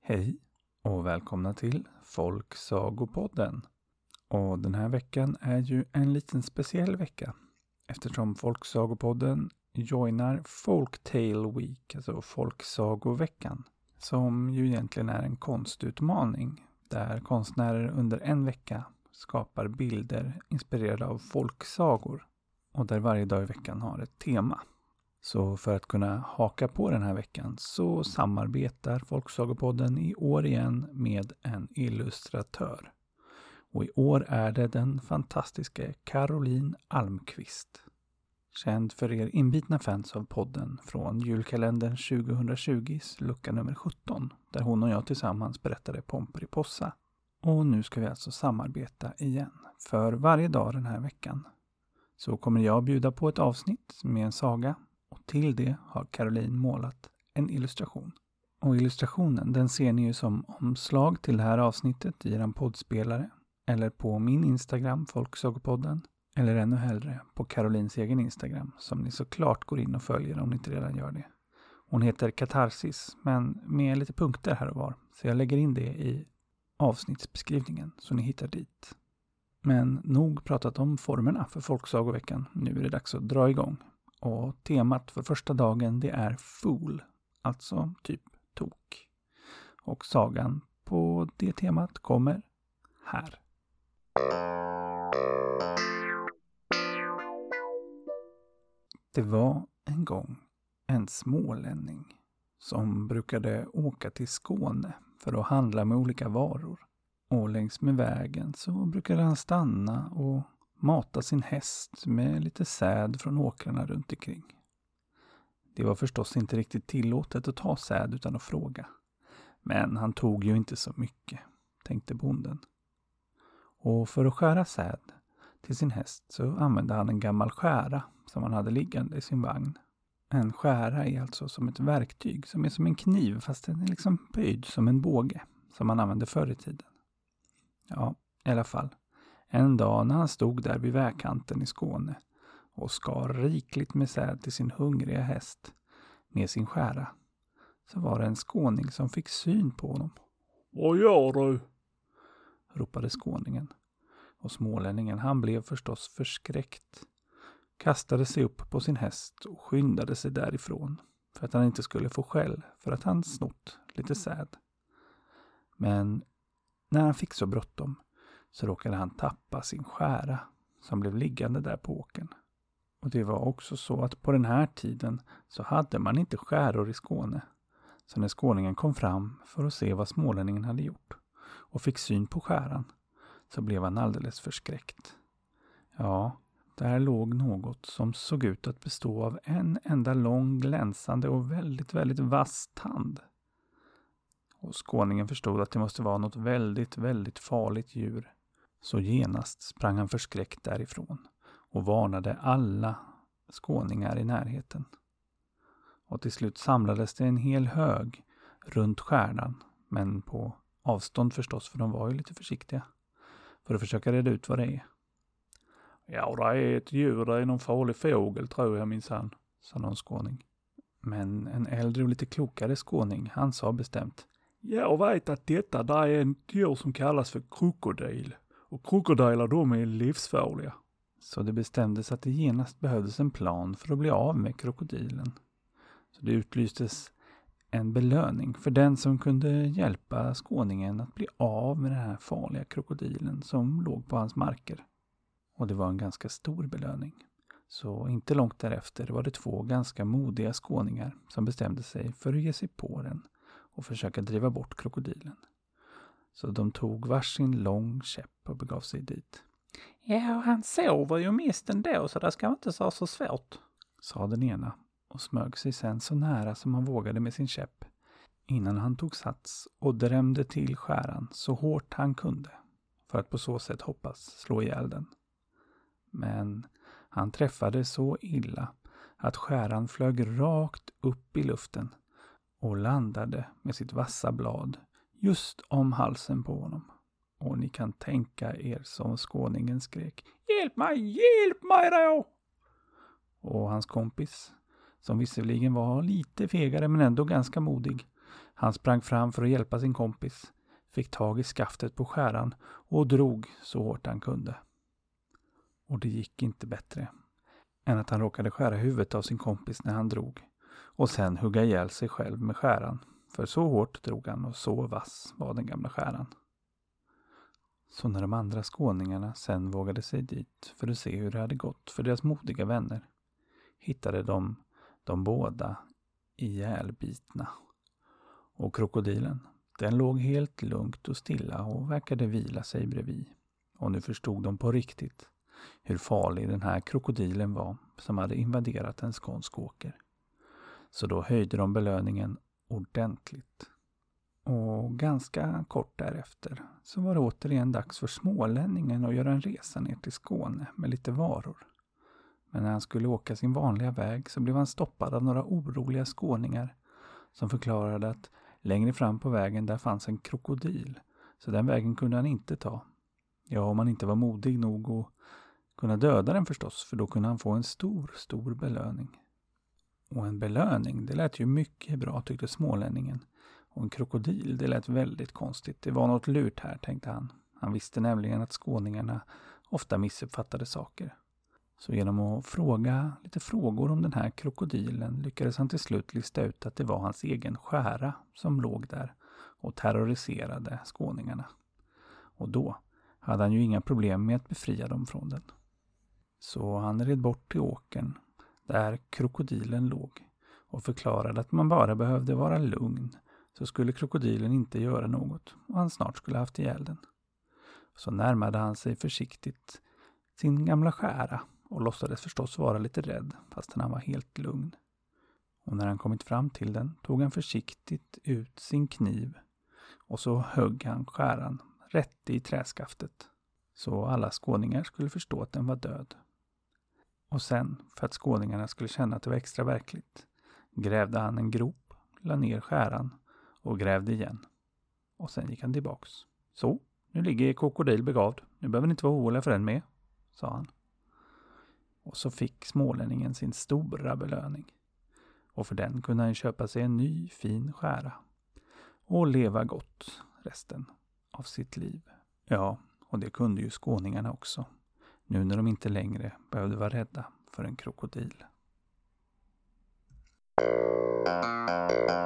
Hej och välkomna till Folksagopodden. Och den här veckan är ju en liten speciell vecka eftersom Folksagopodden joinar Folktale Week, alltså Folksagoveckan, som ju egentligen är en konstutmaning där konstnärer under en vecka skapar bilder inspirerade av folksagor och där varje dag i veckan har ett tema. Så för att kunna haka på den här veckan så samarbetar Folksagopodden i år igen med en illustratör. Och i år är det den fantastiska Caroline Almqvist. Känd för er inbitna fans av podden från julkalendern 2020s lucka nummer 17. Där hon och jag tillsammans berättade Pomperipossa. Och nu ska vi alltså samarbeta igen. För varje dag den här veckan så kommer jag bjuda på ett avsnitt med en saga. Och till det har Caroline målat en illustration. Och illustrationen den ser ni ju som omslag till det här avsnittet i er poddspelare. Eller på min Instagram, Folksagopodden. Eller ännu hellre på Carolines egen Instagram. Som ni såklart går in och följer om ni inte redan gör det. Hon heter Katarsis men med lite punkter här och var. Så jag lägger in det i avsnittsbeskrivningen så ni hittar dit. Men nog pratat om formerna för Folksagoveckan. Nu är det dags att dra igång. Och temat för första dagen det är Fool, alltså typ tok. Och sagan på det temat kommer här. Det var en gång en smålänning som brukade åka till Skåne för att handla med olika varor. Och längs med vägen så brukade han stanna och mata sin häst med lite säd från åkrarna runt omkring. Det var förstås inte riktigt tillåtet att ta säd utan att fråga. Men han tog ju inte så mycket, tänkte bonden. Och för att skära säd till sin häst så använde han en gammal skära som han hade liggande i sin vagn. En skära är alltså som ett verktyg som är som en kniv fast den är liksom böjd som en båge som man använde förr i tiden. Ja, i alla fall. En dag när han stod där vid vägkanten i Skåne och skar rikligt med säd till sin hungriga häst med sin skära så var det en skåning som fick syn på honom. Vad gör du? Ropade skåningen. Och smålänningen han blev förstås förskräckt. Kastade sig upp på sin häst och skyndade sig därifrån för att han inte skulle få skäll för att han snott lite säd. Men när han fick så bråttom så råkade han tappa sin skära som blev liggande där på åkern. Och det var också så att på den här tiden så hade man inte skäror i Skåne. Så när skåningen kom fram för att se vad smålänningen hade gjort och fick syn på skäran så blev han alldeles förskräckt. Ja, där låg något som såg ut att bestå av en enda lång, glänsande och väldigt, väldigt vass tand. Och skåningen förstod att det måste vara något väldigt, väldigt farligt djur. Så genast sprang han förskräckt därifrån och varnade alla skåningar i närheten. Och till slut samlades det en hel hög runt skärnan, men på avstånd förstås för de var ju lite försiktiga. För att försöka reda ut vad det är. Ja, det är ett djur, det är någon farlig fågel tror jag minsann, sa någon skåning. Men en äldre och lite klokare skåning, han sa bestämt. Jag vet att detta där är ett djur som kallas för krokodil. Och krokodiler de är livsfarliga. Så det bestämdes att det genast behövdes en plan för att bli av med krokodilen. Så det utlystes en belöning för den som kunde hjälpa skåningen att bli av med den här farliga krokodilen som låg på hans marker. Och det var en ganska stor belöning. Så inte långt därefter var det 2 ganska modiga skåningar som bestämde sig för att ge sig på den och försöka driva bort krokodilen. Så de tog varsin lång käpp och begav sig dit. Ja, han sover ju mest ändå så det ska inte vara så svårt, sa den ena och smög sig sen så nära som han vågade med sin käpp innan han tog sats och drämde till skäran så hårt han kunde för att på så sätt hoppas slå ihjäl den. Men han träffade så illa att skäran flög rakt upp i luften och landade med sitt vassa blad just om halsen på honom. Och ni kan tänka er som skåningen skrek: hjälp mig då! Och hans kompis, som visserligen var lite fegare men ändå ganska modig, Han sprang fram för att hjälpa sin kompis, fick tag i skaftet på skäran och drog så hårt han kunde. Och det gick inte bättre än att han råkade skära huvudet av sin kompis när han drog och sen hugga ihjäl sig själv med skäran, för så hårt drog han och så vass var den gamla skäran. Så när de andra skåningarna sen vågade sig dit för att se hur det hade gått för deras modiga vänner, hittade de båda ihjälbitna. Och krokodilen, den låg helt lugnt och stilla och verkade vila sig bredvid. Och nu förstod de på riktigt hur farlig den här krokodilen var som hade invaderat en skånsk åker. Så då höjde de belöningen ordentligt. Och ganska kort därefter så var det återigen dags för smålänningen att göra en resa ner till Skåne med lite varor. Men när han skulle åka sin vanliga väg så blev han stoppad av några oroliga skåningar som förklarade att längre fram på vägen där fanns en krokodil, så den vägen kunde han inte ta. Ja, om han inte var modig nog att kunna döda den förstås, för då kunde han få en stor belöning. Och en belöning, det lät ju mycket bra, tyckte smålänningen. Och en krokodil, det lät väldigt konstigt. Det var något lurt här, tänkte han. Han visste nämligen att skåningarna ofta missuppfattade saker. Så genom att fråga lite frågor om den här krokodilen lyckades han till slut lista ut att det var hans egen skära som låg där och terroriserade skåningarna. Och då hade han ju inga problem med att befria dem från den. Så han red bort till åkern där krokodilen låg och förklarade att man bara behövde vara lugn, så skulle krokodilen inte göra något och han snart skulle haft ihjäl den. Så närmade han sig försiktigt sin gamla skära och låtsades förstås vara lite rädd fastän han var helt lugn. Och när han kommit fram till den tog han försiktigt ut sin kniv och så högg han skäran rätt i träskaftet så alla skåningar skulle förstå att den var död. Och sen, för att skåningarna skulle känna att det var extra verkligt, grävde han en grop, la ner skäran och grävde igen. Och sen gick han tillbaks. Så, nu ligger krokodil begravd. Nu behöver ni inte vara oroliga för den med, sa han. Och så fick smålänningen sin stora belöning. Och för den kunde han köpa sig en ny fin skära. Och leva gott resten av sitt liv. Ja, och det kunde ju skåningarna också. Nu när de inte längre behövde vara rädda för en krokodil.